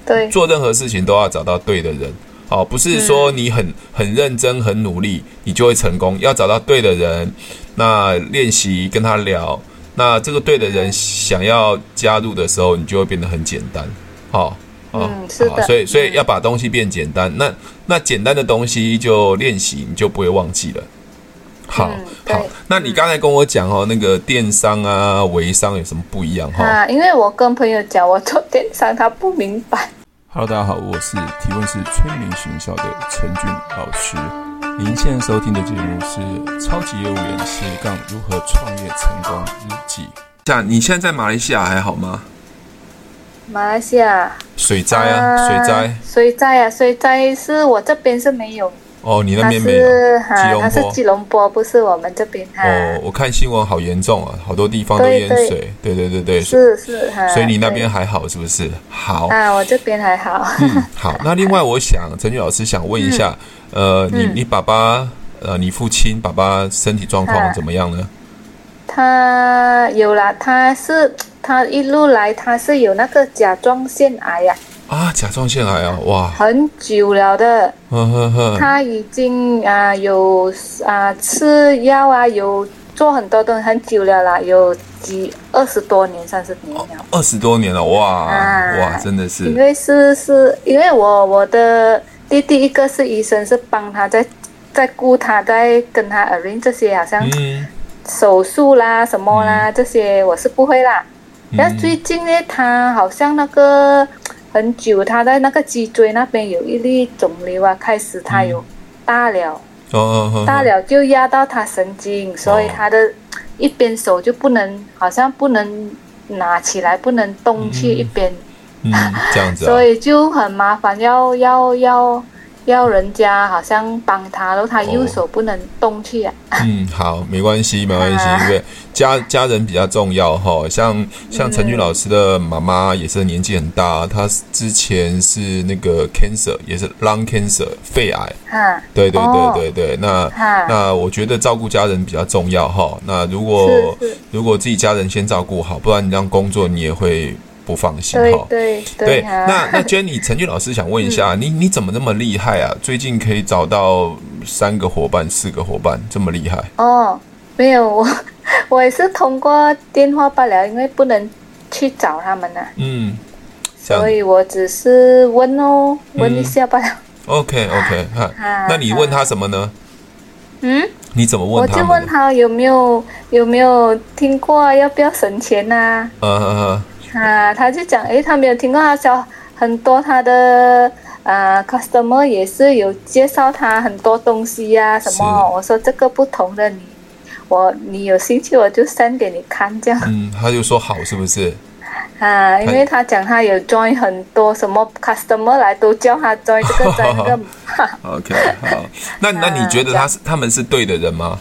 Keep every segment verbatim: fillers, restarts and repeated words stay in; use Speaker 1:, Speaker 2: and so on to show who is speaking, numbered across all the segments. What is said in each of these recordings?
Speaker 1: 对，
Speaker 2: 做任何事情都要找到对的人。哦，不是说你很很认真、很努力，你就会成功。要找到对的人，那练习跟他聊，那这个对的人想要加入的时候，你就会变得很简单。好、哦，哦、
Speaker 1: 嗯，是的。
Speaker 2: 所以所以要把东西变简单。那那简单的东西就练习，你就不会忘记了。好，
Speaker 1: 嗯、
Speaker 2: 好，那你刚才跟我讲哦，那个电商啊、微商有什么不一样哈、哦？
Speaker 1: 啊，因为我跟朋友讲我做电商，他不明白。
Speaker 3: Hello， 大家好，我是提问式催眠学校的陈俊老师。您现在收听的节目是《超级业务员斜杠如何创业成功日记》。
Speaker 2: 像你现在在马来西亚还好吗？
Speaker 1: 马来西亚
Speaker 2: 水灾啊，
Speaker 1: 呃、
Speaker 2: 水灾，
Speaker 1: 水灾啊，水灾是我这边是没有。
Speaker 2: 哦，你那边没有？
Speaker 1: 它是它是吉隆坡，不是我们这边。
Speaker 2: 哦，我看新闻好严重啊，好多地方都淹水。对对对对，
Speaker 1: 是是。
Speaker 2: 所以你那边还好是不是？好
Speaker 1: 啊，我这边还好。
Speaker 2: 嗯，好。那另外，我想陈俊老师想问一下，嗯、呃，你你爸爸呃，你父亲爸爸身体状况怎么样呢？
Speaker 1: 他有啦，他是他一路来他是有那个甲状腺癌呀、
Speaker 2: 啊。啊，甲状腺癌啊，哇，
Speaker 1: 很久了的。
Speaker 2: 呵呵呵，
Speaker 1: 他已经啊、呃、有啊、呃、吃药啊，有做很多东西，很久了啦，有几二十多年、三十年了。
Speaker 2: 二十多年了，哇、啊、哇，真的是。
Speaker 1: 因为是是因为我我的弟弟一个是医生，是帮他在在顾他，在跟他 arrange 这些，好像手术啦、什么啦、嗯、这些我是不会啦。然后最近呢，他好像那个。很久，他在那个脊椎那边有一粒肿瘤啊，开始他有大了，
Speaker 2: 哦哦哦，
Speaker 1: 大了就压到他神经，所以他的一边手就不能，好像不能拿起来，不能动去一边，
Speaker 2: 嗯，嗯这样子、啊，
Speaker 1: 所以就很麻烦，要要要要人家好像帮他，然后他右手不能动去啊。
Speaker 2: 哦、嗯，好，没关系，没关系，因为家家人比较重要哈。像像陈俊老师的妈妈也是年纪很大，她之前是那个 cancer， 也是 lung cancer 肺癌。
Speaker 1: 哈，
Speaker 2: 对对对对对，那那我觉得照顾家人比较重要哈。那如果如果自己家人先照顾好，不然你这样工作你也会。不放心哈，
Speaker 1: 对对
Speaker 2: 对, 对。那那 Jenny 陈俊老师想问一下，嗯、你你怎么那么厉害啊？最近可以找到三个伙伴、四个伙伴，这么厉害？
Speaker 1: 哦，没有，我我也是通过电话罢了，因为不能去找他们啊。
Speaker 2: 嗯，
Speaker 1: 所以我只是问哦，问一下罢了。
Speaker 2: 嗯、OK OK 哈、啊，那你问他什么呢？
Speaker 1: 嗯，
Speaker 2: 你怎么问他？
Speaker 1: 我就问他有没有有没有听过要不要省钱呐、啊？
Speaker 2: 嗯嗯嗯。
Speaker 1: 啊，他就讲，诶，他没有听过，他讲很多他的啊 customer 也是有介绍他很多东西呀、啊，什么？我说这个不同的你，我你有兴趣我就 send 给你看这样。
Speaker 2: 嗯，他就说好，是不是？
Speaker 1: 啊，因为他讲他有 join 很多什么 customer 来都叫他 join 这个 join 那个。
Speaker 2: OK， 好，那那你觉得他是、啊、他们是对的人吗？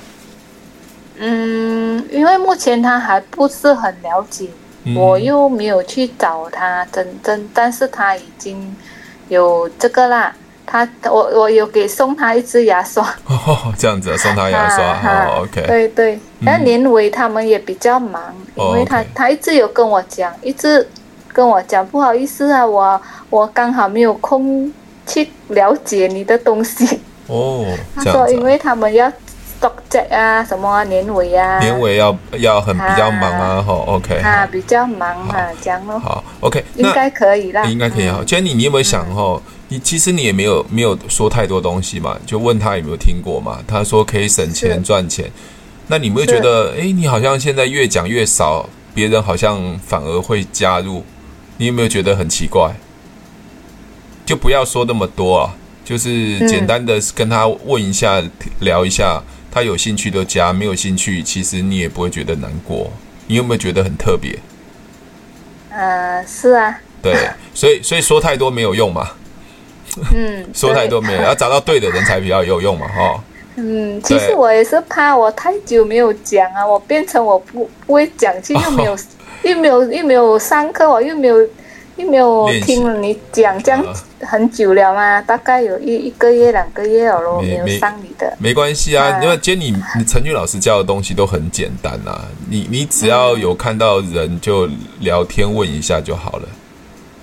Speaker 1: 嗯，因为目前他还不是很了解。嗯、我又没有去找他真正，但是他已经有这个啦。他我我有给送他一支牙刷。
Speaker 2: 哦，这样子、啊、送他牙刷。啊、哦 ，OK。
Speaker 1: 对对，那年尾他们也比较忙，嗯、因为他、哦 okay、他一直有跟我讲，一直跟我讲，不好意思啊，我我刚好没有空去了解你的东西。
Speaker 2: 哦，
Speaker 1: 他说因为他们要。project 啊，什么、啊、年尾啊，
Speaker 2: 年尾要要很比较忙啊，哈、啊、，OK，
Speaker 1: 啊，比较忙啊，这样咯。
Speaker 2: 好 ，OK，
Speaker 1: 应该可以啦，
Speaker 2: 应该可以哈。Jenny，你有没有想哈、嗯？你其实你也没有没有说太多东西嘛，就问他有没有听过嘛？他说可以省钱赚钱，那你有没有觉得，哎，你好像现在越讲越少，别人好像反而会加入，你有没有觉得很奇怪？就不要说那么多啊，就是简单的跟他问一下，嗯、聊一下。他有兴趣就加，没有兴趣，其实你也不会觉得难过。你有没有觉得很特别？
Speaker 1: 呃，是啊。
Speaker 2: 对，所以所以说太多没有用嘛。
Speaker 1: 嗯，
Speaker 2: 说太多没有，要找到对的人才比较有用嘛，哈。
Speaker 1: 嗯，其实我也是怕我太久没有讲啊，我变成我不不会讲去，又没有、哦、又没有又没有上课，我又没有。又没有听了你讲这样很久了嘛，大概有一一个月两个月了咯，没有上你的。
Speaker 2: 没关系啊，啊因为今天你你陈俊老师教的东西都很简单啊，你你只要有看到人就聊天问一下就好了。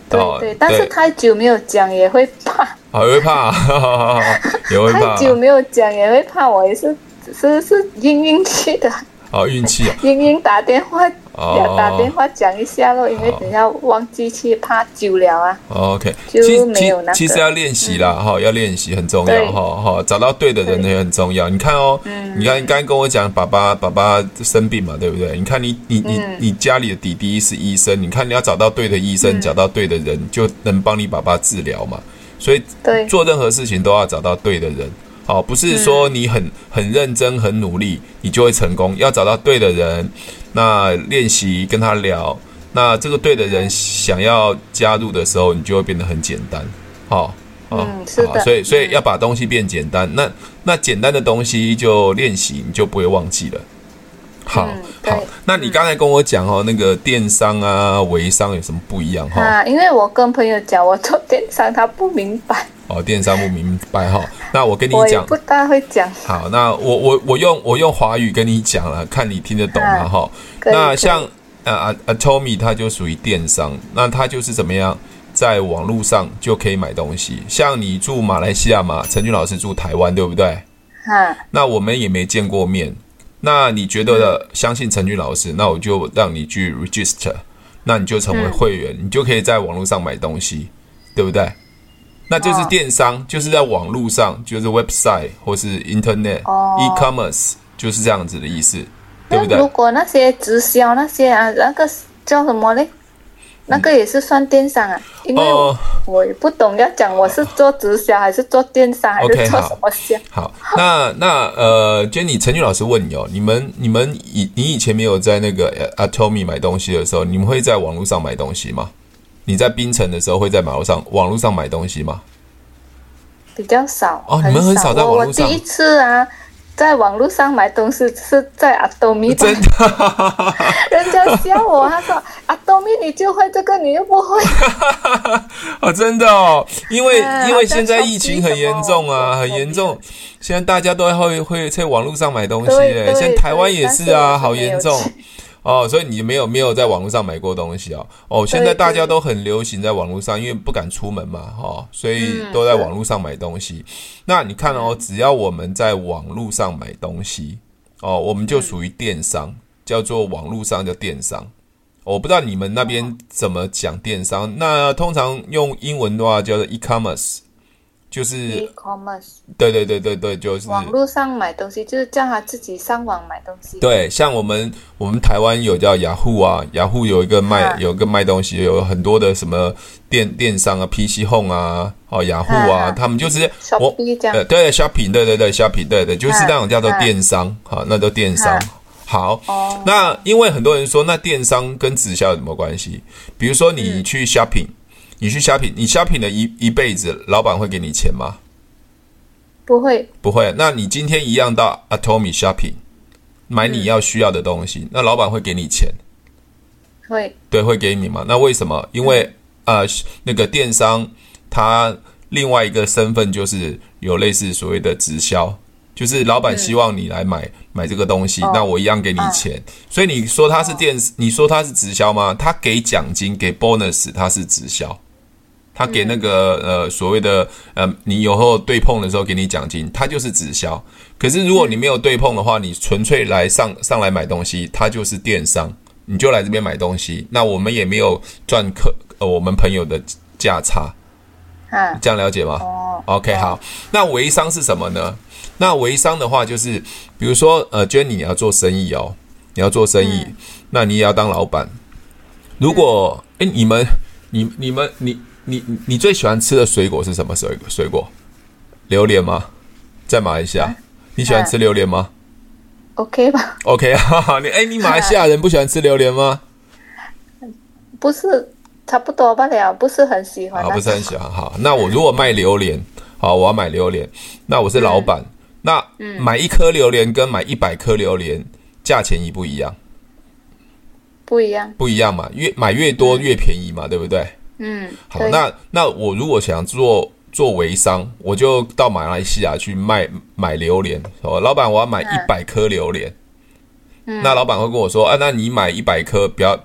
Speaker 1: 对对，但是太久没有讲也会怕，
Speaker 2: 啊，也会怕，也会怕。
Speaker 1: 太久没有讲也会怕，我也是是是晕晕去的。
Speaker 2: 哦，运气啊！
Speaker 1: 晕晕打电话，哦、打电话讲一下咯，因为等一下忘记去，怕久了啊。
Speaker 2: 哦、OK，
Speaker 1: 就没有那个。
Speaker 2: 其实要练习啦，哈、嗯，要练习很重要，哈哈，找到对的人也很重要。你看哦，嗯、你看你刚才跟我讲，爸爸爸爸生病嘛，对不对？你看你你你、嗯、你家里的弟弟是医生，你看你要找到对的医生，嗯、找到对的人，就能帮你爸爸治疗嘛。所以做任何事情都要找到对的人。好，不是说你很很认真、很努力，你就会成功。要找到对的人，那练习跟他聊，那这个对的人想要加入的时候，你就会变得很简单。好，
Speaker 1: 嗯，是的。
Speaker 2: 所以，所以要把东西变简单。那那简单的东西就练习，你就不会忘记了。好，嗯、好。那你刚才跟我讲哦，那个电商啊、微商有什么不一样哈？
Speaker 1: 啊，因为我跟朋友讲，我做电商，他不明白。
Speaker 2: 哦，电商不明白哈，那我跟你讲，
Speaker 1: 我也不大会讲。
Speaker 2: 好，那我我我用我用华语跟你讲了，看你听得懂吗？哈、啊，那像呃 Atomy 它就属于电商，那它就是怎么样，在网络上就可以买东西。像你住马来西亚嘛，陈俊老师住台湾，对不对？
Speaker 1: 啊，
Speaker 2: 那我们也没见过面，那你觉得、嗯、相信陈俊老师，那我就让你去 register， 那你就成为会员，嗯、你就可以在网络上买东西，对不对？那就是电商，哦、就是在网络上，就是 website 或是 internet、e-commerce， 就是这样子的意思，对不对？
Speaker 1: 如果那些直销那些啊，那个叫什么嘞？那个也是算电商啊，因为我、哦、我也不懂要讲我是做直销还是做电商还是做什么销。
Speaker 2: 好，好那那呃 ，Jenny 陈俊老师问你哦，你们你们以你以前没有在那个 Atomy 买东西的时候，你们会在网络上买东西吗？你在槟城的时候会在马路上网络上买东西吗？
Speaker 1: 比较少
Speaker 2: 哦，你们很少在网络上。
Speaker 1: 我第一次啊，在网络上买东西是在 Atomy，
Speaker 2: 真的，
Speaker 1: 人家笑我，他说 Atomy 你就会这个，你又不会。
Speaker 2: 哦，真的哦，因为、嗯、因为现在疫情很严重啊，很严重，现在大家都会会在网络上买东西耶，现在台湾也是啊，好严重。哦，所以你没有没有在网络上买过东西哦。哦，现在大家都很流行在网络上，因为不敢出门嘛，哦，所以都在网络上买东西。嗯、那你看哦，只要我们在网络上买东西，哦，我们就属于电商，嗯、叫做网络上叫电商。我不知道你们那边怎么讲电商，那通常用英文的话叫做 e-commerce。就是
Speaker 1: e-commerce，
Speaker 2: 对对对对对，就是
Speaker 1: 网络上买东西，就是叫他自己上网买东西。
Speaker 2: 对，像我们我们台湾有叫雅虎啊，雅虎有一个卖、啊、有一个卖东西，有很多的什么电电商啊 ，P C Home 啊，哦雅虎啊，啊他们就是
Speaker 1: 我呃
Speaker 2: 对 Shopping， 对对对 Shopping， 对对，就是那种叫做电商，好、啊，那都电商。啊好，哦、那因为很多人说，那电商跟直销有什么关系？比如说你去 Shopping。嗯你去 shopping， 你 shopping 的一一辈子，老板会给你钱吗？
Speaker 1: 不会，
Speaker 2: 不会。那你今天一样到 Atomy shopping 买你要需要的东西，嗯、那老板会给你钱？
Speaker 1: 会，
Speaker 2: 对，会给你嘛？那为什么？因为、嗯、呃，那个电商它另外一个身份就是有类似所谓的直销，就是老板希望你来买、嗯、买这个东西，哦、那我一样给你钱。啊、所以你说它是电，哦、你说它是直销吗？他给奖金给 bonus， 它是直销。他给那个、嗯、呃所谓的呃，你以后对碰的时候给你奖金，它就是直销。可是如果你没有对碰的话，你纯粹来上上来买东西，它就是电商，你就来这边买东西。那我们也没有赚客呃我们朋友的价差，
Speaker 1: 啊，
Speaker 2: 这样了解吗？
Speaker 1: 哦
Speaker 2: ，OK，
Speaker 1: 哦
Speaker 2: 好。那微商是什么呢？那微商的话就是，比如说呃 Jenny 你要做生意哦，你要做生意，嗯、那你也要当老板。如果哎、嗯、你们你你们你。你你最喜欢吃的水果是什么水果？水果，榴莲吗？在马来西亚，啊、你喜欢吃榴莲吗
Speaker 1: ？OK 吧
Speaker 2: ？OK 啊，你哎，你马来西亚人不喜欢吃榴莲吗？
Speaker 1: 不是，差不多罢了，不是很喜欢。
Speaker 2: 啊，不是很喜欢。好，那我如果卖榴莲，好，我要买榴莲，那我是老板，嗯、那、嗯、买一颗榴莲跟买一百颗榴莲，价钱一不一样？
Speaker 1: 不一样，
Speaker 2: 不一样嘛，越买越多越便宜嘛，对不对？
Speaker 1: 嗯，
Speaker 2: 好，那那我如果想做做微商，我就到马来西亚去卖买榴莲。哦，老板，我要买一百颗榴莲。嗯，那老板会跟我说，啊，那你买一百颗，不要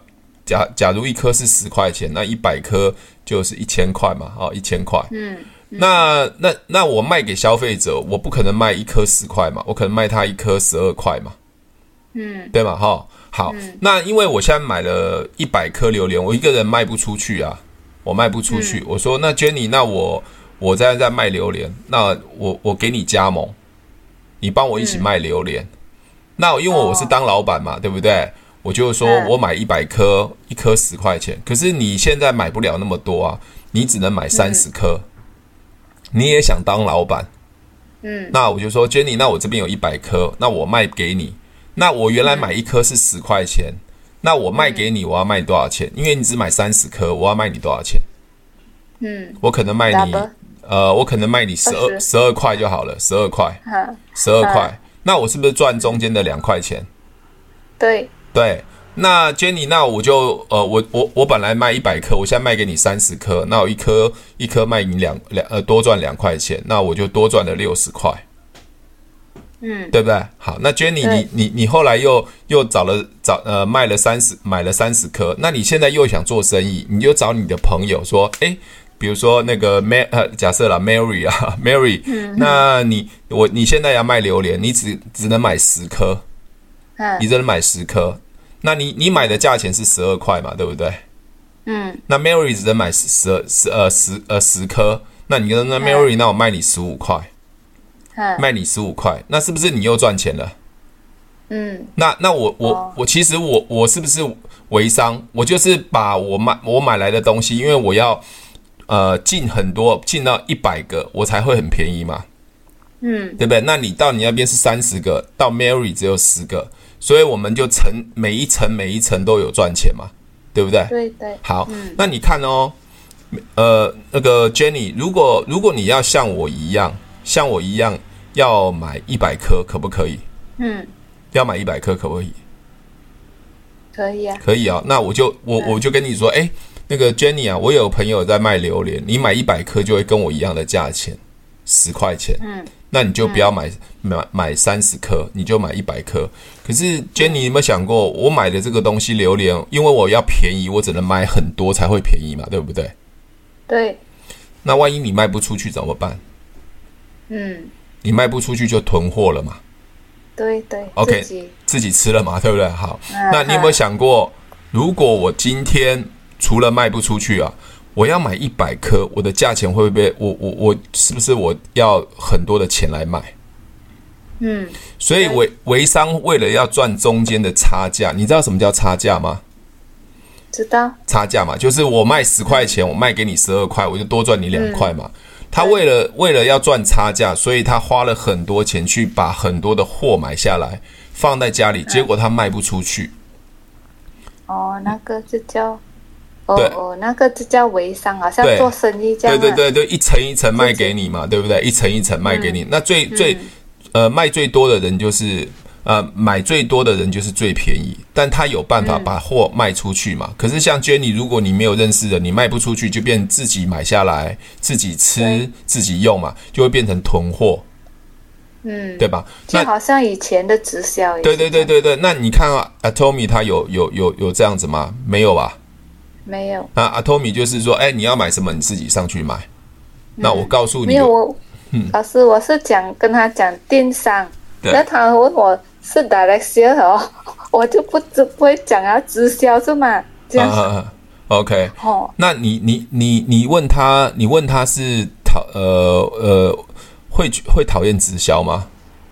Speaker 2: 假假如一颗是十块钱，那一百颗就是一千块嘛，哦，一千块。嗯，那那那我卖给消费者，我不可能卖一颗十块嘛，我可能卖他一颗十二块嘛。嗯，对嘛，哈，好，嗯、那因为我现在买了一百颗榴莲，我一个人卖不出去啊，我卖不出去。嗯、我说，那 Jenny， 那我我在在卖榴莲，那我我给你加盟，你帮我一起卖榴莲。嗯、那因为我是当老板嘛，哦、对不对？我就说我买一百颗，嗯、一颗十块钱，可是你现在买不了那么多啊，你只能买三十颗。嗯、你也想当老板，嗯，那我就说 Jenny， 那我这边有一百颗，那我卖给你。那我原来买一颗是十块钱，嗯、那我卖给你，我要卖多少钱？因为你只买三十颗，我要卖你多少钱？嗯，我可能卖你，呃，我可能卖你十二十二块就好了，十二块，十二块。那我是不是赚中间的两块钱？
Speaker 1: 对
Speaker 2: 对。那 Jenny， 那我就呃，我我我本来卖一百颗，我现在卖给你三十颗，那我一颗一颗卖你两两呃多赚两块钱，那我就多赚了六十块。嗯，对不对？好，那 Jenny， 你你你后来又又找了找呃卖了三十买了三十颗，那你现在又想做生意，你就找你的朋友说，哎，比如说那个 Mary， 呃，假设啦 Mary 啊 Mary，嗯，那你我你现在要卖榴莲，你只只能买十颗，嗯，你只能买十颗，那你你买的价钱是十二块嘛，对不对？嗯，那 Mary 只能买十十十呃十呃十颗，那你跟那 Mary， 那我卖你十五块。卖你十五块，那是不是你又赚钱了？嗯，那那我我、哦、我其实我我是不是微商？我就是把我买我买来的东西，因为我要呃进很多，进到一百个，我才会很便宜嘛。嗯，对不对？那你到你那边是三十个，到 Mary 只有十个，所以我们就层每一层每一层都有赚钱嘛，对不对？
Speaker 1: 对对。
Speaker 2: 好，嗯、那你看哦，呃，那个 Jenny， 如果如果你要像我一样。像我一样要买一百颗，可不可以？嗯，要买一百颗可不可以？
Speaker 1: 可以啊，
Speaker 2: 可以啊。那我就我、嗯、我就跟你说，哎，那个 Jenny 啊，我有朋友在卖榴莲，你买一百颗就会跟我一样的价钱，十块钱。嗯，那你就不要买、嗯、买买三十颗，你就买一百颗。可是 Jenny， 你有没有想过，我买的这个东西榴莲，因为我要便宜，我只能买很多才会便宜嘛，对不对？
Speaker 1: 对。
Speaker 2: 那万一你卖不出去怎么办？嗯，你卖不出去就囤货了嘛？
Speaker 1: 对对
Speaker 2: ，OK，
Speaker 1: 自己,
Speaker 2: 自己吃了嘛，对不对？好，啊、那你有没有想过，如果我今天除了卖不出去啊，我要买一百颗，我的价钱会不会？我我我是不是我要很多的钱来买？嗯，所以微微商为了要赚中间的差价，你知道什么叫差价吗？
Speaker 1: 知道。
Speaker 2: 差价嘛，就是我卖十块钱，我卖给你十二块，我就多赚你两块嘛。嗯，他为了为了要赚差价，所以他花了很多钱去把很多的货买下来，放在家里，结果他卖不出去。
Speaker 1: 哦，那个就叫哦哦，那个就叫微商，好像做生意这样。
Speaker 2: 对对对，就一层一层卖给你嘛，对不对？一层一层卖给你，嗯、那最最、嗯、呃卖最多的人就是呃买最多的人就是最便宜，但他有办法把货卖出去嘛。嗯、可是像 Jenny， 如果你没有认识的，你卖不出去，就变自己买下来，自己吃，自己用嘛，就会变成囤货。嗯，对吧？
Speaker 1: 就好像以前的直销也是。
Speaker 2: 对对对对对，那你看啊 ，Atomy 他有有有有这样子吗？没有吧？
Speaker 1: 没有。
Speaker 2: 那 Atomy 就是说，哎，你要买什么，你自己上去买。嗯、那我告诉你，
Speaker 1: 没有我，嗯、老师，我是讲跟他讲电商，那他问我是 direct sale 哦，我就不不会讲啊，直销是吗？这样。啊啊
Speaker 2: OK， 哦，那你你你你问他，你问他是讨呃呃。会会讨厌直销吗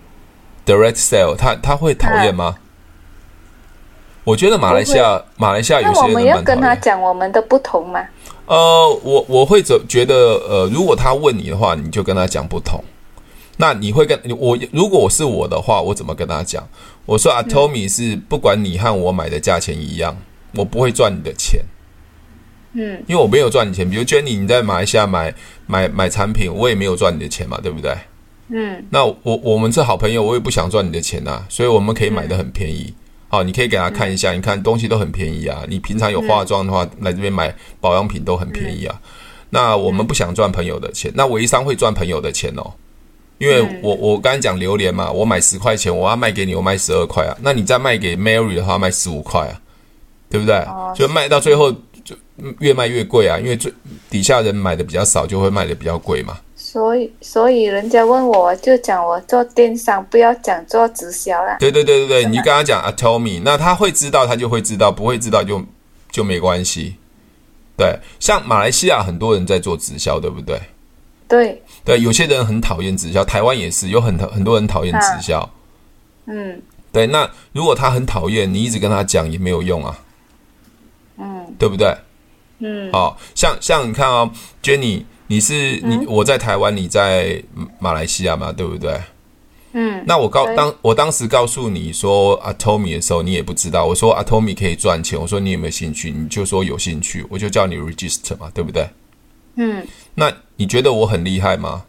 Speaker 2: ？Direct sale， 他他会讨厌吗？啊、我觉得马来西亚马来西亚有些人蛮讨厌。那我们要
Speaker 1: 跟他讲我们的不同吗？
Speaker 2: 呃，我我会觉得呃，如果他问你的话，你就跟他讲不同。那你会跟我，如果我是我的话，我怎么跟他讲？我说啊 ，Atomy 是不管你和我买的价钱一样，我不会赚你的钱。嗯，因为我没有赚你钱，比如 Jenny 你在马来西亚买买买产品，我也没有赚你的钱嘛，对不对？嗯，那我我们是好朋友，我也不想赚你的钱啊，所以我们可以买得很便宜。好、嗯哦，你可以给他看一下，嗯、你看东西都很便宜啊。你平常有化妆的话，嗯、来这边买保养品都很便宜啊。嗯、那我们不想赚朋友的钱，那微商会赚朋友的钱哦。因为我我刚才讲榴莲嘛，我买十块钱，我要卖给你，我卖十二块啊。那你再卖给 Mary 的话，卖十五块啊。 对不对？哦、就卖到最后就越卖越贵啊，因为最底下人买的比较少，就会卖的比较贵嘛。
Speaker 1: 所以，所以人家问我，就讲我做电商，不要讲做直销啦。
Speaker 2: 对对对对对，你就跟他讲 Atomy， 那他会知道，他就会知道，不会知道就就没关系。对，像马来西亚很多人在做直销，对不对？
Speaker 1: 对
Speaker 2: 对，有些人很讨厌直销，台湾也是有很很多人讨厌直销。啊、
Speaker 1: 嗯，
Speaker 2: 对，那如果他很讨厌，你一直跟他讲也没有用啊。
Speaker 1: 嗯，
Speaker 2: 对不对？
Speaker 1: 嗯，
Speaker 2: 好、哦，像像你看哦 ，Jenny。你是你、嗯、我在台湾，你在马来西亚嘛，对不对？
Speaker 1: 嗯。
Speaker 2: 那我告当我当时告诉你说 Atomy 的时候，你也不知道。我说 Atomy 可以赚钱，我说你有没有兴趣？你就说有兴趣，我就叫你 register 嘛，对不对？
Speaker 1: 嗯。
Speaker 2: 那你觉得我很厉害吗？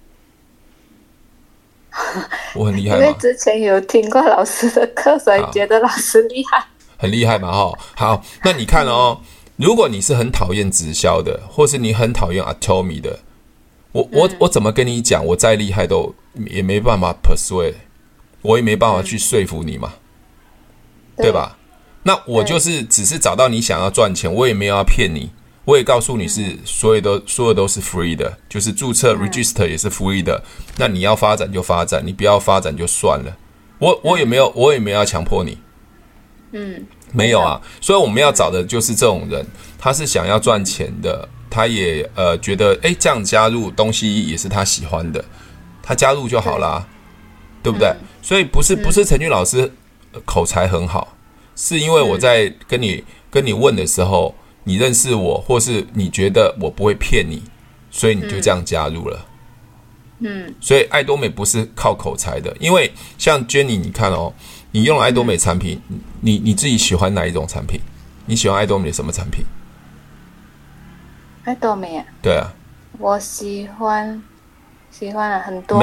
Speaker 2: 我很厉害吗？
Speaker 1: 因为之前有听过老师的课，所以觉得老师厉害。
Speaker 2: 很厉害嘛，哈。好，那你看哦。嗯，如果你是很讨厌直销的，或是你很讨厌 Atomy 的，我我我怎么跟你讲？我再厉害都也没办法 persuade， 我也没办法去说服你嘛，嗯、对吧？那我就是只是找到你想要赚钱，我也没有要骗你，我也告诉你是所有都所有都是 free 的，就是注册 register 也是 free 的。那你要发展就发展，你不要发展就算了。我我也没有我也没有要强迫你，
Speaker 1: 嗯。
Speaker 2: 没有啊，所以我们要找的就是这种人，他是想要赚钱的，他也呃觉得哎这样加入东西也是他喜欢的，他加入就好啦，对, 对不对？嗯、所以不是不是陈俊老师口才很好，是因为我在跟你跟你问的时候，你认识我，或是你觉得我不会骗你，所以你就这样加入了。
Speaker 1: 嗯，
Speaker 2: 所以爱多美不是靠口才的，因为像 Jenny， 你看哦。你用了爱多美产品，嗯、你你自己喜欢哪一种产品？你喜欢爱多美的什么产品？
Speaker 1: 爱多美啊？
Speaker 2: 对啊，
Speaker 1: 我喜欢喜欢了很多。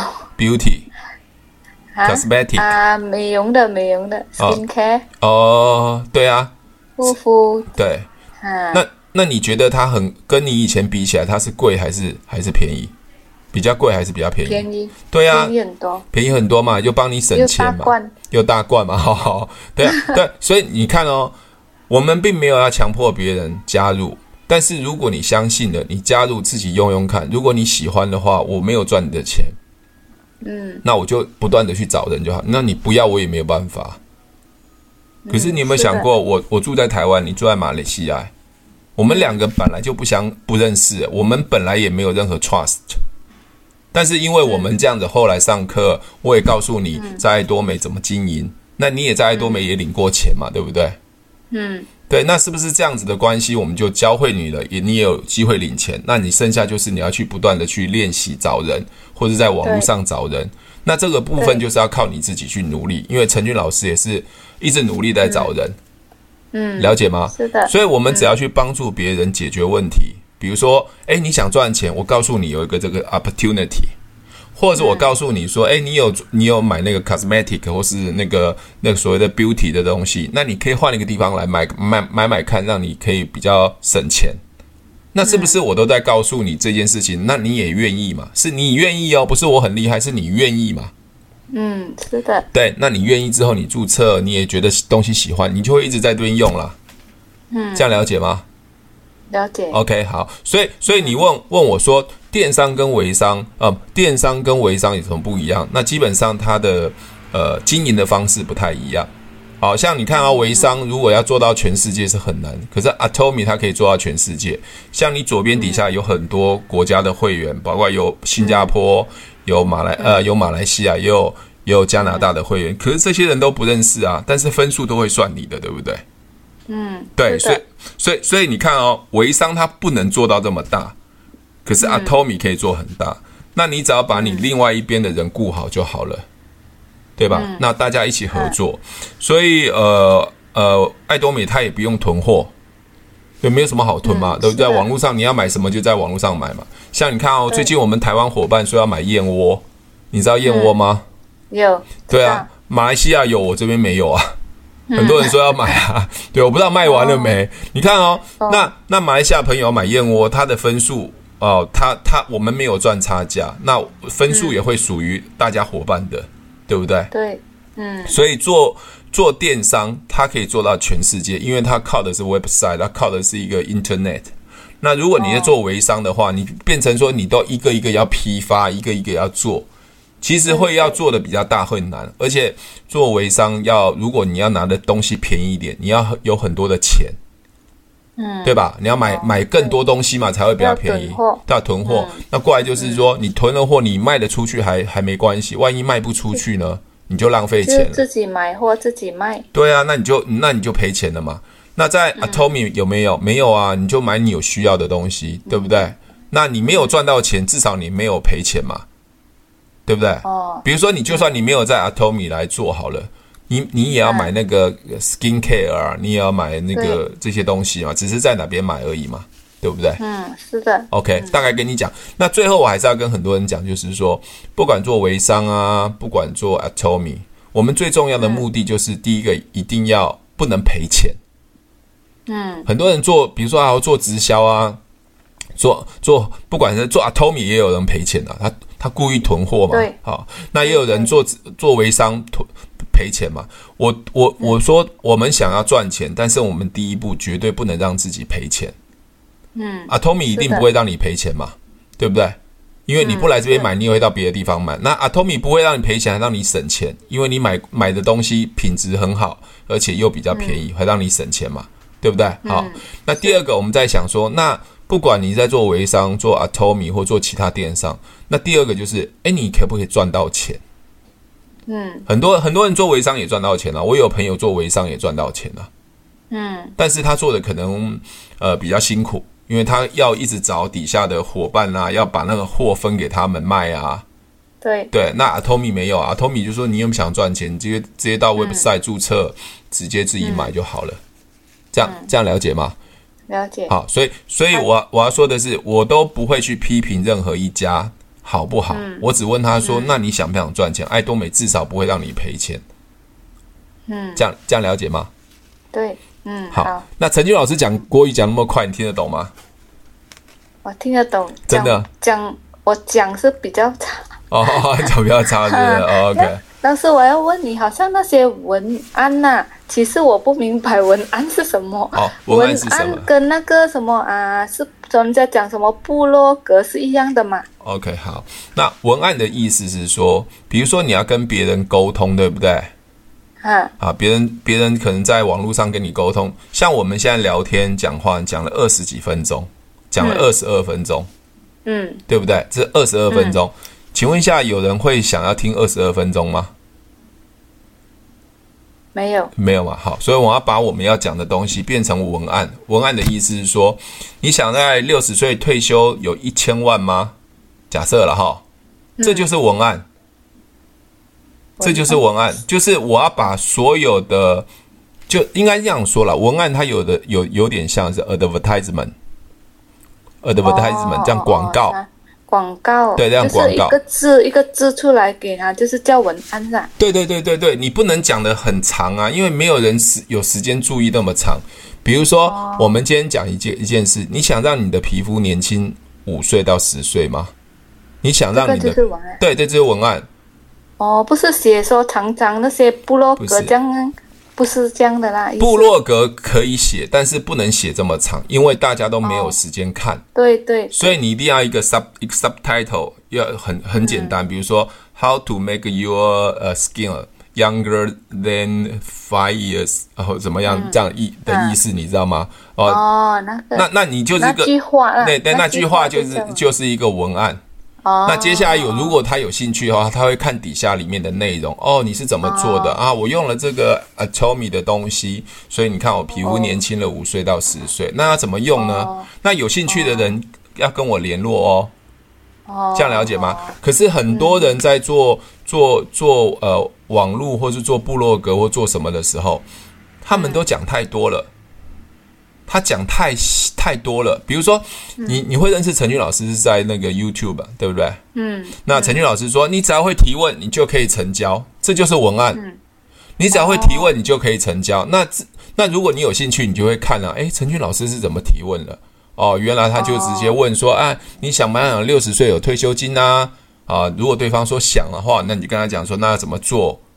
Speaker 2: Makeup、Beauty、Cosmetic
Speaker 1: 啊，美容的美容的 Skincare。
Speaker 2: 哦，对啊，
Speaker 1: 护肤。
Speaker 2: 对。
Speaker 1: 啊、
Speaker 2: 那那你觉得它很跟你以前比起来，它是贵还是还是便宜？比较贵还是比较便宜？
Speaker 1: 便宜，
Speaker 2: 对啊，
Speaker 1: 便宜很多，
Speaker 2: 便宜很多嘛，就帮你省钱嘛，又大罐，又大罐嘛，好好，对啊，对，所以你看哦，我们并没有要强迫别人加入，但是如果你相信了，你加入自己用用看，如果你喜欢的话，我没有赚你的钱，
Speaker 1: 嗯，
Speaker 2: 那我就不断的去找人就好，那你不要我也没有办法。可是你有没有想过，我我住在台湾，你住在马来西亚，我们两个本来就不相不认识，我们本来也没有任何 trust。但是因为我们这样子，后来上课，我也告诉你在爱多美怎么经营，那你也在爱多美也领过钱嘛，对不对？
Speaker 1: 嗯，
Speaker 2: 对，那是不是这样子的关系，我们就教会你了，也你也有机会领钱，那你剩下就是你要去不断的去练习找人，或者在网络上找人，那这个部分就是要靠你自己去努力，因为陈俊老师也是一直努力在找人，
Speaker 1: 嗯，
Speaker 2: 了解吗？
Speaker 1: 是的，
Speaker 2: 所以我们只要去帮助别人解决问题。比如说，哎，你想赚钱，我告诉你有一个这个 opportunity， 或者我告诉你说，哎，你有你有买那个 cosmetic 或是那个那个所谓的 beauty 的东西，那你可以换一个地方来买买买买看，让你可以比较省钱。那是不是我都在告诉你这件事情？那你也愿意嘛？是你愿意哦，不是我很厉害，是你愿意嘛？
Speaker 1: 嗯，是的。
Speaker 2: 对，那你愿意之后，你注册，你也觉得东西喜欢，你就会一直在这边用啦。
Speaker 1: 嗯，
Speaker 2: 这样了解吗？
Speaker 1: 了解。
Speaker 2: OK， 好，所以所以你问问我说，电商跟微商，呃，电商跟微商有什么不一样？那基本上它的呃经营的方式不太一样。好像你看啊，微商如果要做到全世界是很难，可是 Atomy 它可以做到全世界。像你左边底下有很多国家的会员，包括有新加坡、有马来呃有马来西亚，也有也有加拿大的会员，可是这些人都不认识啊，但是分数都会算你的，对不对？
Speaker 1: 嗯，
Speaker 2: 对，所以所以所以你看哦，微商它不能做到这么大，可是 Atomy 可以做很大。嗯、那你只要把你另外一边的人顾好就好了，对吧？嗯、那大家一起合作，嗯、所以呃呃，爱多美它也不用囤货，对，没有什么好囤嘛，嗯、对不对？网络上你要买什么就在网络上买嘛。像你看哦，最近我们台湾伙伴说要买燕窝，你知道燕窝吗？
Speaker 1: 嗯、有。
Speaker 2: 对啊，马来西亚有，我这边没有啊。很多人说要买啊，对，我不知道卖完了没。哦、你看哦，哦那那马来西亚朋友买燕窝，他的分数哦，他他我们没有赚差价，那分数也会属于大家伙伴的，嗯、对不对？
Speaker 1: 对，嗯。
Speaker 2: 所以做做电商，它可以做到全世界，因为它靠的是 website， 它靠的是一个 internet。那如果你在做微商的话，你变成说你都一个一个要批发，一个一个要做，其实会要做的比较大，会难。而且做微商要，如果你要拿的东西便宜一点，你要有很多的钱，嗯，对吧？你要买买更多东西嘛，才会比较便宜。要囤货，嗯、那过来就是说，你囤了货，你卖得出去还还没关系，万一卖不出去呢，你就浪费钱了。
Speaker 1: 自己买货自己卖。
Speaker 2: 对啊，那你就那你就赔钱了嘛。那在 Atomy 有没有？没有啊，你就买你有需要的东西，对不对？那你没有赚到钱，至少你没有赔钱嘛，对不对？哦。比如说，你就算你没有在 Atomy 来做好了，你你也要买那个 skin care 啊，你也要买那个这些东西嘛，只是在哪边买而已嘛，对不对？
Speaker 1: 嗯，是的。
Speaker 2: OK，、嗯、大概跟你讲。那最后我还是要跟很多人讲，就是说，不管做微商啊，不管做 Atomy， 我们最重要的目的就是、嗯、第一个，一定要不能赔钱。嗯，很多人做，比如说啊，做直销啊，做做，不管是做 Atomy 也有人赔钱啊，他他故意囤货嘛，
Speaker 1: 对，
Speaker 2: 好，那也有人做做微商赔钱嘛。我我我说我们想要赚钱，但是我们第一步绝对不能让自己赔钱。嗯 ，Atomy 一定不会让你赔钱嘛，对不对？因为你不来这边买，你也会到别的地方买。那 Atomy 不会让你赔钱，还让你省钱，因为你买买的东西品质很好，而且又比较便宜，还让你省钱嘛。对不对？好，那第二个我们在想说，那不管你在做微商、做 Atomy 或做其他电商，那第二个就是，哎，你可不可以赚到钱？嗯，很多很多人做微商也赚到钱了、啊，我有朋友做微商也赚到钱了、啊，嗯，但是他做的可能呃比较辛苦，因为他要一直找底下的伙伴啊，要把那个货分给他们卖啊。
Speaker 1: 对
Speaker 2: 对，那 Atomy 没有 ，Atomy 就说你有没有想赚钱，你直接直接到 website 注册、嗯，直接自己买就好了。嗯这样这样了解吗？
Speaker 1: 了解。
Speaker 2: 好，所以所以我我要说的是，我都不会去批评任何一家好不好，嗯、我只问他说、嗯，那你想不想赚钱？爱多美至少不会让你赔钱。嗯，这样这样了解吗？
Speaker 1: 对，嗯，
Speaker 2: 好。
Speaker 1: 好，
Speaker 2: 那陈俊老师讲国语讲那么快，你听得懂吗？
Speaker 1: 我听得懂，
Speaker 2: 真的
Speaker 1: 讲我讲是比较差。
Speaker 2: 哦，讲比较差，是不是、哦、？OK。
Speaker 1: 但是我要问你，好像那些文案呐、啊，其实我不明白文案是什么。
Speaker 2: 哦，文案是什么？
Speaker 1: 文案跟那个什么啊，是人家讲什么部落格是一样的嘛
Speaker 2: ？OK， 好，那文案的意思是说，比如说你要跟别人沟通，对不对？啊，啊，别人别人可能在网络上跟你沟通，像我们现在聊天讲话讲了二十几分钟，讲了二十二分钟，嗯，对不对？这二十二分钟。嗯，请问一下，有人会想要听二十二分钟吗？
Speaker 1: 没有，
Speaker 2: 没有嘛。好，所以我要把我们要讲的东西变成文案。文案的意思是说，你想在六十岁退休有一千万吗？假设了哈，这就是文案，嗯、这就是文案，就是我要把所有的，就应该这样说了，文案它有的有有点像是 advertisement，advertisement、哦、这样广告。哦，
Speaker 1: 广告，
Speaker 2: 对，这样广告，就是
Speaker 1: 一个字一个字出来给他，就是叫文案噻。
Speaker 2: 对对对对对，你不能讲得很长啊，因为没有人有时间注意那么长。比如说，哦、我们今天讲一件一件事，你想让你的皮肤年轻五岁到十岁吗？你想让你的，
Speaker 1: 这个就是文案。
Speaker 2: 对，这就是文案。
Speaker 1: 哦，不是写说常常那些部落格这样。不是这样的啦，
Speaker 2: 部落格可以写，但是不能写这么长，因为大家都没有时间看。哦、
Speaker 1: 对, 对对，
Speaker 2: 所以你一定要一个 sub 一个 subtitle， 要很很简单、嗯，比如说 How to make your、uh, skin younger than five years， 然后怎么样、嗯、这样意的意思、嗯，你知道吗？
Speaker 1: 哦，哦那个，
Speaker 2: 那那你就是一个
Speaker 1: 那句话，
Speaker 2: 对对，那句话就是就是一个文案。哦、那接下来有，如果他有兴趣的话，他会看底下里面的内容。哦，你是怎么做的、哦、啊？我用了这个 Atomy 的东西，所以你看我皮肤年轻了五岁到十岁。那要怎么用呢、哦？那有兴趣的人要跟我联络哦。哦，这样了解吗？可是很多人在做、嗯、做做呃网络或是做部落格或做什么的时候，他们都讲太多了。他讲太太多了，比如说，嗯、你你会认识陈俊老师是在那个 YouTube， 对不对？嗯。那陈俊老师说，你只要会提问，你就可以成交，这就是文案。嗯。你只要会提问，你就可以成交。哦、那那如果你有兴趣，你就会看了、啊，哎，陈俊老师是怎么提问的？哦，原来他就直接问说，啊，你想不想六十岁有退休金啊？啊，如果对方说想的话，那你就跟他讲说，那要怎么做？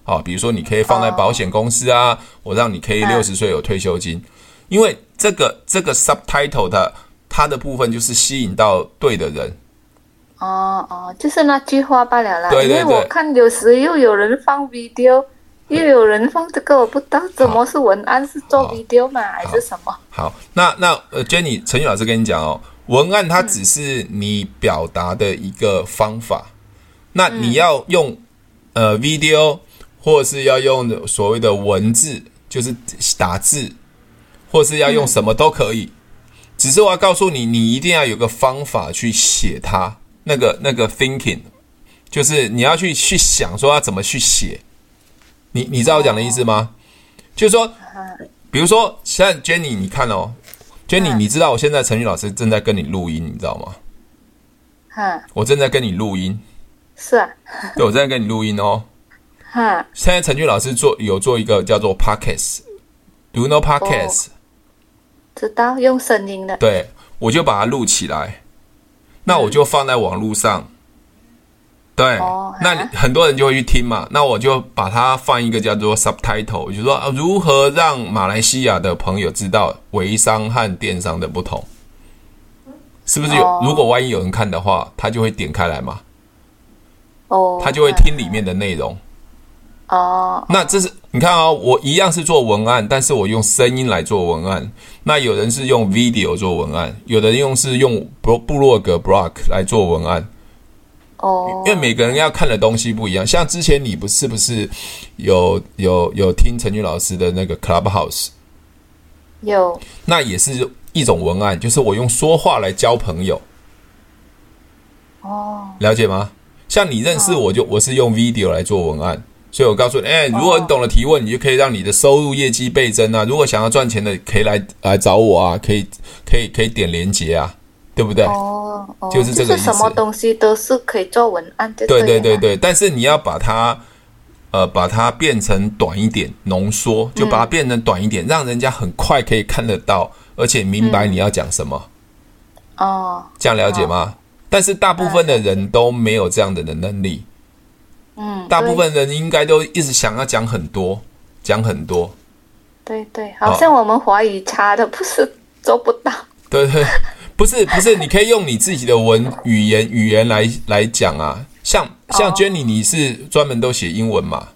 Speaker 2: 啊，比如说你可以放在保险公司啊，我让你可以六十岁有退休金，因为这个这个 subtitle 的它的部分就是吸引到对的人。
Speaker 1: 哦哦，就是那句话罢了啦。
Speaker 2: 对对对，
Speaker 1: 因为我看有时又有人放 video， 又有人放这个，我不知道怎么是文案是做 video 吗，还是什么？
Speaker 2: 好，那那呃 Jenny 陈宇老师跟你讲哦，文案它只是你表达的一个方法，嗯、那你要用呃 video， 或者是要用所谓的文字，就是打字，或是要用什么都可以。嗯、只是我要告诉你，你一定要有个方法去写它。那个那个 thinking， 就是你要去去想说要怎么去写，你你知道我讲的意思吗？就是说，比如说现在 Jenny， 你看哦 ，Jenny， 你知道我现在陈宇老师正在跟你录音，你知道吗？
Speaker 1: 哈，
Speaker 2: 我正在跟你录音。
Speaker 1: 是啊。
Speaker 2: 对，我正在跟你录音哦。
Speaker 1: 哈。
Speaker 2: 现在陈宇老师做有做一个叫做 podcast，Do you know podcast？、哦、
Speaker 1: 知道，用声音的。
Speaker 2: 对，我就把它录起来。那我就放在网络上，对，哦、那很多人就会去听嘛。那我就把它放一个叫做 subtitle， 我就说、啊、如何让马来西亚的朋友知道微商和电商的不同，是不是有？哦、如果万一有人看的话，他就会点开来嘛，哦，他就会听里面的内容。
Speaker 1: 哦，
Speaker 2: 那这是你看哦，我一样是做文案，但是我用声音来做文案。那有人是用 video 做文案，有人用是用部落格 blog 来做文案。哦，因为每个人要看的东西不一样。像之前你不是不是有有有听陈俊老师的那个 Clubhouse？
Speaker 1: 有，
Speaker 2: 那也是一种文案，就是我用说话来交朋友。
Speaker 1: 哦，
Speaker 2: 了解吗？像你认识我就、哦、我是用 video 来做文案。所以我告诉你，哎、欸，如果你懂了提问，你就可以让你的收入业绩倍增啊！如果想要赚钱的，可以来来找我啊，可以可以可以点连结啊，对不对？
Speaker 1: 哦，哦
Speaker 2: 就是这个意思。
Speaker 1: 就是什么东西都是可以做文案的。
Speaker 2: 对对对对，但是你要把它呃把它变成短一点，浓缩，就把它变成短一点，嗯、让人家很快可以看得到，而且明白你要讲什么。
Speaker 1: 哦、嗯，
Speaker 2: 这样了解吗？哦、但是大部分的人都没有这样的能力。
Speaker 1: 嗯，
Speaker 2: 大部分人应该都一直想要讲很多，讲很多。
Speaker 1: 对对，好像我们华语差的不是做不到。
Speaker 2: 对对，不是不是，你可以用你自己的文语言语言来来讲啊。像像 Jenny， 你是专门都写英文嘛？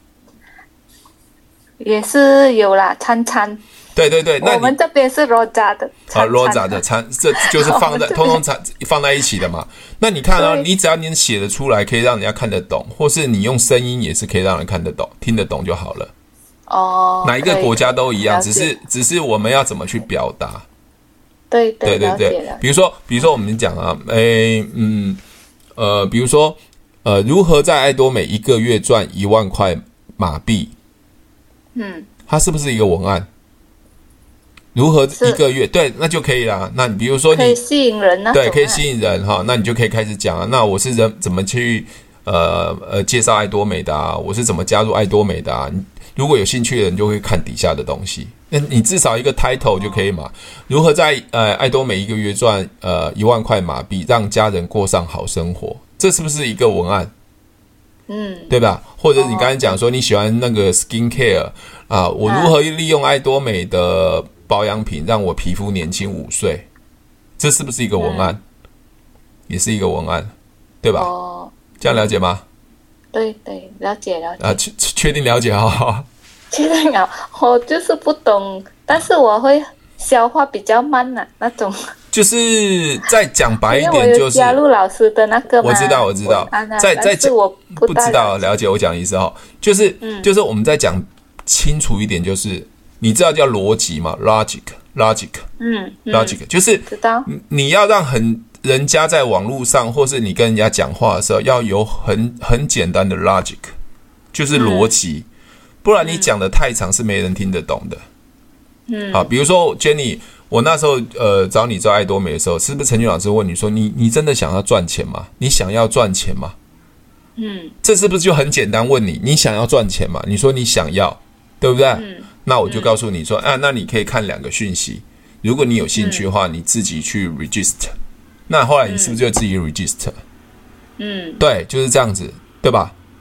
Speaker 1: 也是有啦，参参。
Speaker 2: 对对对，那
Speaker 1: 我们这边是 Roja 的
Speaker 2: 啊 ，Roja 的参，这就是放在通通放在一起的嘛。那你看啊，你只要你写得出来，可以让人家看得懂，或是你用声音也是可以让人看得懂、听得懂就好了。
Speaker 1: 哦，
Speaker 2: 哪一个国家都一样，只是只是我们要怎么去表达。
Speaker 1: 对对
Speaker 2: 对对对，比如说比如说我们讲啊，诶嗯呃，比如说呃，如何在爱多美一个月赚一万块马币？嗯，它是不是一个文案？如何一个月？对，那就可以啦。那你比如说你
Speaker 1: 可以吸引人啊，
Speaker 2: 对，可以吸引人哈。那你就可以开始讲啊。那我是人怎么去呃呃介绍爱多美的啊？我是怎么加入爱多美的啊？如果有兴趣的人就会看底下的东西。那你至少一个 title 就可以嘛。如何在呃爱多美一个月赚呃一万块马币，让家人过上好生活？这是不是一个文案？
Speaker 1: 嗯，
Speaker 2: 对吧？或者你刚才讲说你喜欢那个 skin care 啊，我如何利用爱多美的保养品让我皮肤年轻五岁，这是不是一个文案？嗯、也是一个文案，对吧？哦，这样了解吗？
Speaker 1: 对对，了解了解。
Speaker 2: 啊，确确定了解哈。
Speaker 1: 确定啊，我就是不懂，但是我会消化比较慢啊，那种。就是
Speaker 2: 再讲白一点，就是
Speaker 1: 因为我有加入老师的那个嘛，
Speaker 2: 我知道我知道。再再讲，
Speaker 1: 我不
Speaker 2: 不知道了解我讲的意思哈，就是、嗯、就是我们再讲清楚一点，就是你知道叫逻辑嘛 ，logic logic， 嗯, 嗯 ，logic 就是
Speaker 1: 知道
Speaker 2: 你要让很人家在网络上或是你跟人家讲话的时候要有很很简单的 logic， 就是逻辑，嗯、不然你讲的太长是没人听得懂的。嗯，好，比如说 Jenny。我那时候呃找你做爱多美的时候，是不是陈俊老师问你说你你真的想要赚钱吗？你想要赚钱吗？嗯，这是不是就很简单问你，你想要赚钱吗？你说你想要，对不对？嗯，那我就告诉你说，嗯、啊，那你可以看两个讯息，如果你有兴趣的话，嗯、你自己去 register。那后来你是不是就自己 register？嗯，对，就是这样子，对吧？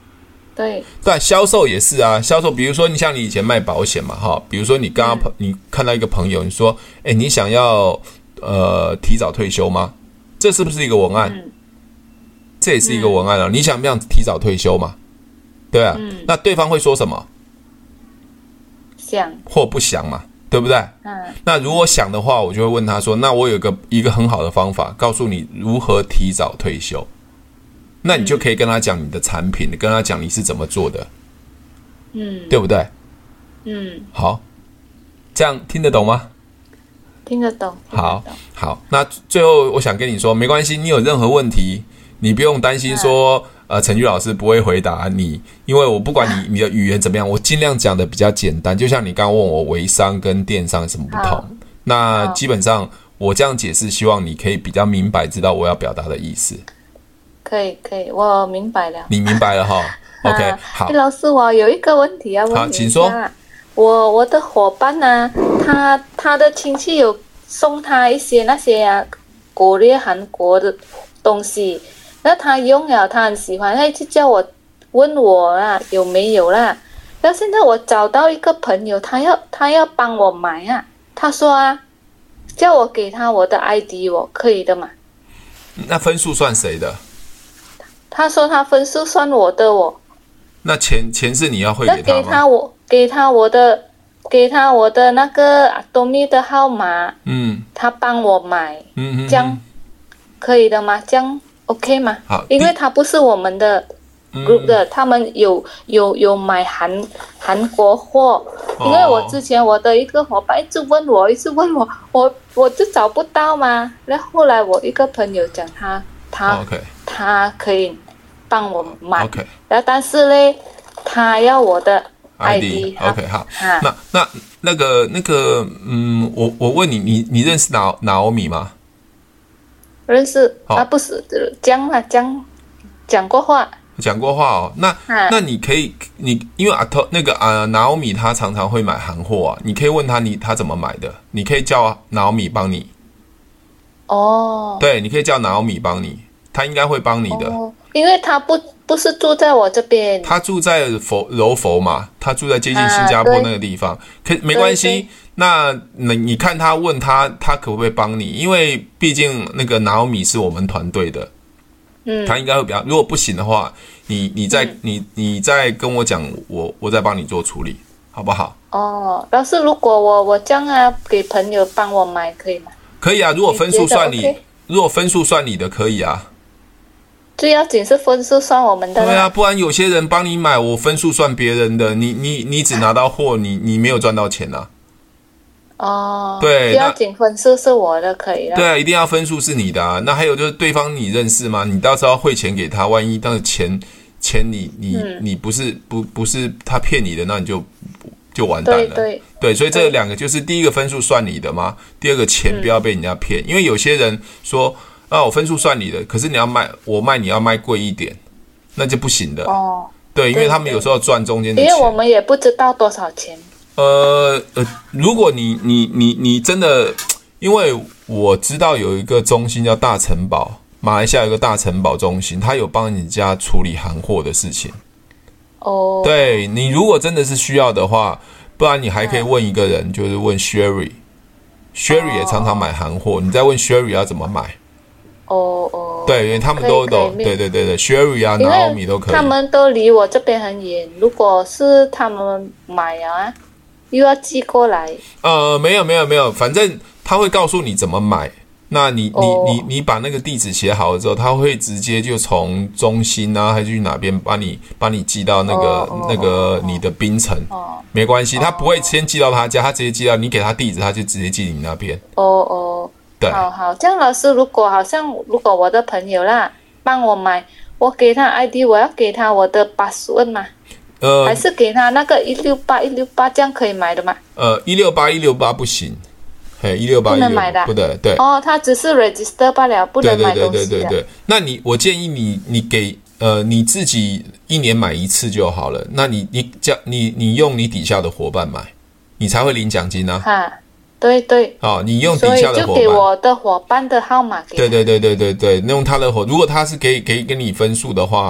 Speaker 1: 对
Speaker 2: 对，销售也是啊，销售比如说你像你以前卖保险嘛哈，比如说你刚刚、嗯、你看到一个朋友，你说哎你想要呃提早退休吗？这是不是一个文案？嗯、这也是一个文案啊、嗯、你想不想提早退休嘛？对啊、嗯、那对方会说什么？
Speaker 1: 想
Speaker 2: 或不想嘛，对不对？嗯，那如果想的话，我就会问他说，那我有一个一个很好的方法告诉你如何提早退休，那你就可以跟他讲你的产品，嗯、跟他讲你是怎么做的，嗯，对不对？嗯，好，这样听得懂吗？
Speaker 1: 听得懂。
Speaker 2: 好，好，那最后我想跟你说，没关系，你有任何问题，你不用担心说。嗯呃，陈俊老师不会回答你，因为我不管你你的语言怎么样，我尽量讲的比较简单。就像你刚刚问我微商跟电商有什么不同，那基本上我这样解释，希望你可以比较明白，知道我要表达的意思。
Speaker 1: 可以，可以，我明白了。
Speaker 2: 你明白了哈？OK， 好。
Speaker 1: 老师，我有一个问题要问你。
Speaker 2: 好，请说。
Speaker 1: 我我的伙伴呢、啊，他他的亲戚有送他一些那些啊，国内韩国的东西。那他用了，他很喜欢，他就叫我问我啊有没有啦。那现在我找到一个朋友，他要他要帮我买啊。他说啊，叫我给他我的 I D， 我可以的嘛？
Speaker 2: 那分数算谁的？
Speaker 1: 他说他分数算我的我。
Speaker 2: 那钱钱是你要汇给他吗？
Speaker 1: 那给他我给他我的给他我的那个阿多米的号码，嗯，他帮我买，嗯嗯，这样可以的吗？这样。OK 吗？
Speaker 2: 好，
Speaker 1: 因为他不是我们的 group 的，嗯、他们有有有买韩韩国货。哦、因为我之前我的一个伙伴一直问我，一直问我，我我就找不到嘛。然后后来我一个朋友讲他他、
Speaker 2: 哦 okay、
Speaker 1: 他可以帮我买，
Speaker 2: okay、
Speaker 1: 然后但是呢，他要我的 I D。OK，
Speaker 2: 好，啊、那那那个那个嗯，我我问你，你你认识哪哪欧米吗？
Speaker 1: 认识、哦、啊，不是讲啊讲讲过话，
Speaker 2: 讲过话哦。那、啊、那你可以，你因为阿特那个啊，拿欧米他常常会买韩货啊，你可以问他你他怎么买的，你可以叫拿欧米帮你。
Speaker 1: 哦，
Speaker 2: 对，你可以叫拿欧米帮你，他应该会帮你的。
Speaker 1: 哦，因为他不不是住在我这边，
Speaker 2: 他住在佛柔佛嘛，他住在接近新加坡那个地方，啊、可没关系。那你你看他问他，他可不可以帮你？因为毕竟那个拿欧米是我们团队的，嗯，他应该会比较。如果不行的话，你你再、嗯、你你再跟我讲，我我再帮你做处理，好不好？
Speaker 1: 哦，老师，如果我我这样啊，给朋友帮我买可以吗？
Speaker 2: 可以啊，如果分数算你，你 OK？ 如果分数算你的可以啊。
Speaker 1: 最要紧是分数算我们的。
Speaker 2: 对啊，不然有些人帮你买，我分数算别人的，你你你只拿到货，你你没有赚到钱啊。
Speaker 1: 哦，
Speaker 2: 对，
Speaker 1: 最要紧分数是我的，可以了。
Speaker 2: 对啊，一定要分数是你的啊。那还有就是对方你认识吗？你到时候汇钱给他，万一那个钱钱你你、嗯、你不是不不是他骗你的，那你就就完蛋了。
Speaker 1: 对对
Speaker 2: 对，所以这两个就是第一个分数算你的嘛，第二个钱不要被人家骗，嗯、因为有些人说啊我分数算你的，可是你要卖我卖你要卖贵一点，那就不行的。哦，对，因为他们有时候赚中间的钱，
Speaker 1: 因为我们也不知道多少钱。
Speaker 2: 呃呃，如果你你你你真的，因为我知道有一个中心叫大城堡，马来西亚有一个大城堡中心，他有帮你家处理韩货的事情。哦，对，你如果真的是需要的话，不然你还可以问一个人，嗯、就是问 Sherry，Sherry、哦、也常常买韩货，你再问 Sherry 要怎么买。
Speaker 1: 哦哦，
Speaker 2: 对，因为他们都懂，对对对对 ，Sherry 啊，拿欧米都可以。
Speaker 1: 他们都离我这边很远，如果是他们买啊。又要寄过来？
Speaker 2: 呃，没有没有没有，反正他会告诉你怎么买。那你、oh. 你你你把那个地址写好了之后，他会直接就从中心啊，还是去哪边帮你帮你寄到那个、oh. 那个你的槟城。Oh. 没关系，他不会先寄到他家，他直接寄到你给他地址，他就直接寄你那边。
Speaker 1: 哦哦，对，好好，这样老师，如果好像如果我的朋友啦帮我买，我给他 I D， 我要给他我的password嘛。呃，还是给他那个一六八一六八，这样可以买的吗？
Speaker 2: 呃，一六八一六八不行，嘿，一六八不
Speaker 1: 能买的，
Speaker 2: 不对，对。
Speaker 1: 哦，他只是 register 罢了，不能买东西的。
Speaker 2: 对对对对对对。那你，我建议你，你给呃你自己一年买一次就好了。那你你叫你你用你底下的伙伴买，你才会领奖金啊。
Speaker 1: 哈，对对。
Speaker 2: 哦，你用底下的伙伴，
Speaker 1: 所以就给我的伙伴的号码给他。
Speaker 2: 对对对对对对，用他的伙，如果他是可以可以给你分数的话。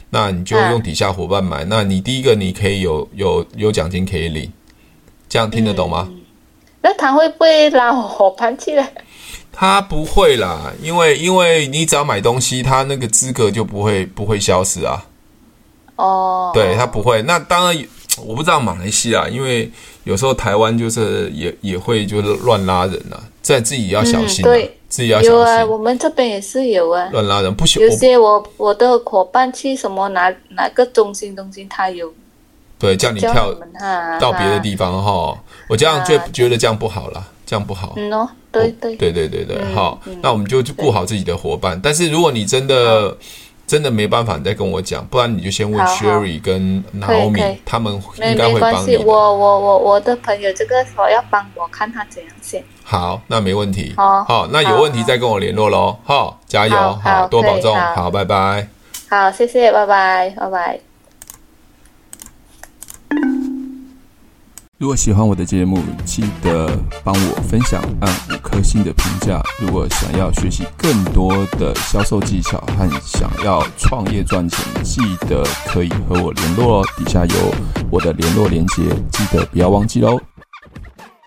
Speaker 2: 那你就用底下伙伴买。那你第一个你可以有有有奖金可以领，这样听得懂吗？嗯、
Speaker 1: 那他会不会拉伙伴去呢？
Speaker 2: 他不会啦，因为因为你只要买东西，他那个资格就不会不会消失啊。
Speaker 1: 哦，
Speaker 2: 对，他不会。那当然，我不知道马来西亚，因为有时候台湾就是也也会就是乱拉人啊，这自己要小心、啊嗯。对，自己要小心。
Speaker 1: 有啊，我们这边也是有啊，
Speaker 2: 乱拉人不行。
Speaker 1: 有些我我的伙伴去什么哪哪个中心东西，他有
Speaker 2: 对叫你跳到别的地方哈，我这样就觉得这样不好啦。这样不好。
Speaker 1: 嗯哦，对对
Speaker 2: 对对对对，嗯、好、嗯，那我们就顾好自己的伙伴。但是如果你真的真的没办法，你再跟我讲，不然你就先问 Sherry 跟 Naomi， 他们应该会帮你。
Speaker 1: 我我我我的朋友这个说要帮我看他怎样先。
Speaker 2: 好，那没问题。
Speaker 1: 好，
Speaker 2: 好，那有问题再跟我联络咯。好，加油，好，好多保重，好，拜拜。
Speaker 1: 好，谢谢，拜拜，拜拜。
Speaker 3: 如果喜欢我的节目，记得帮我分享，按五颗星的评价。如果想要学习更多的销售技巧和想要创业赚钱，记得可以和我联络哦。底下有我的联络连结，记得不要忘记咯。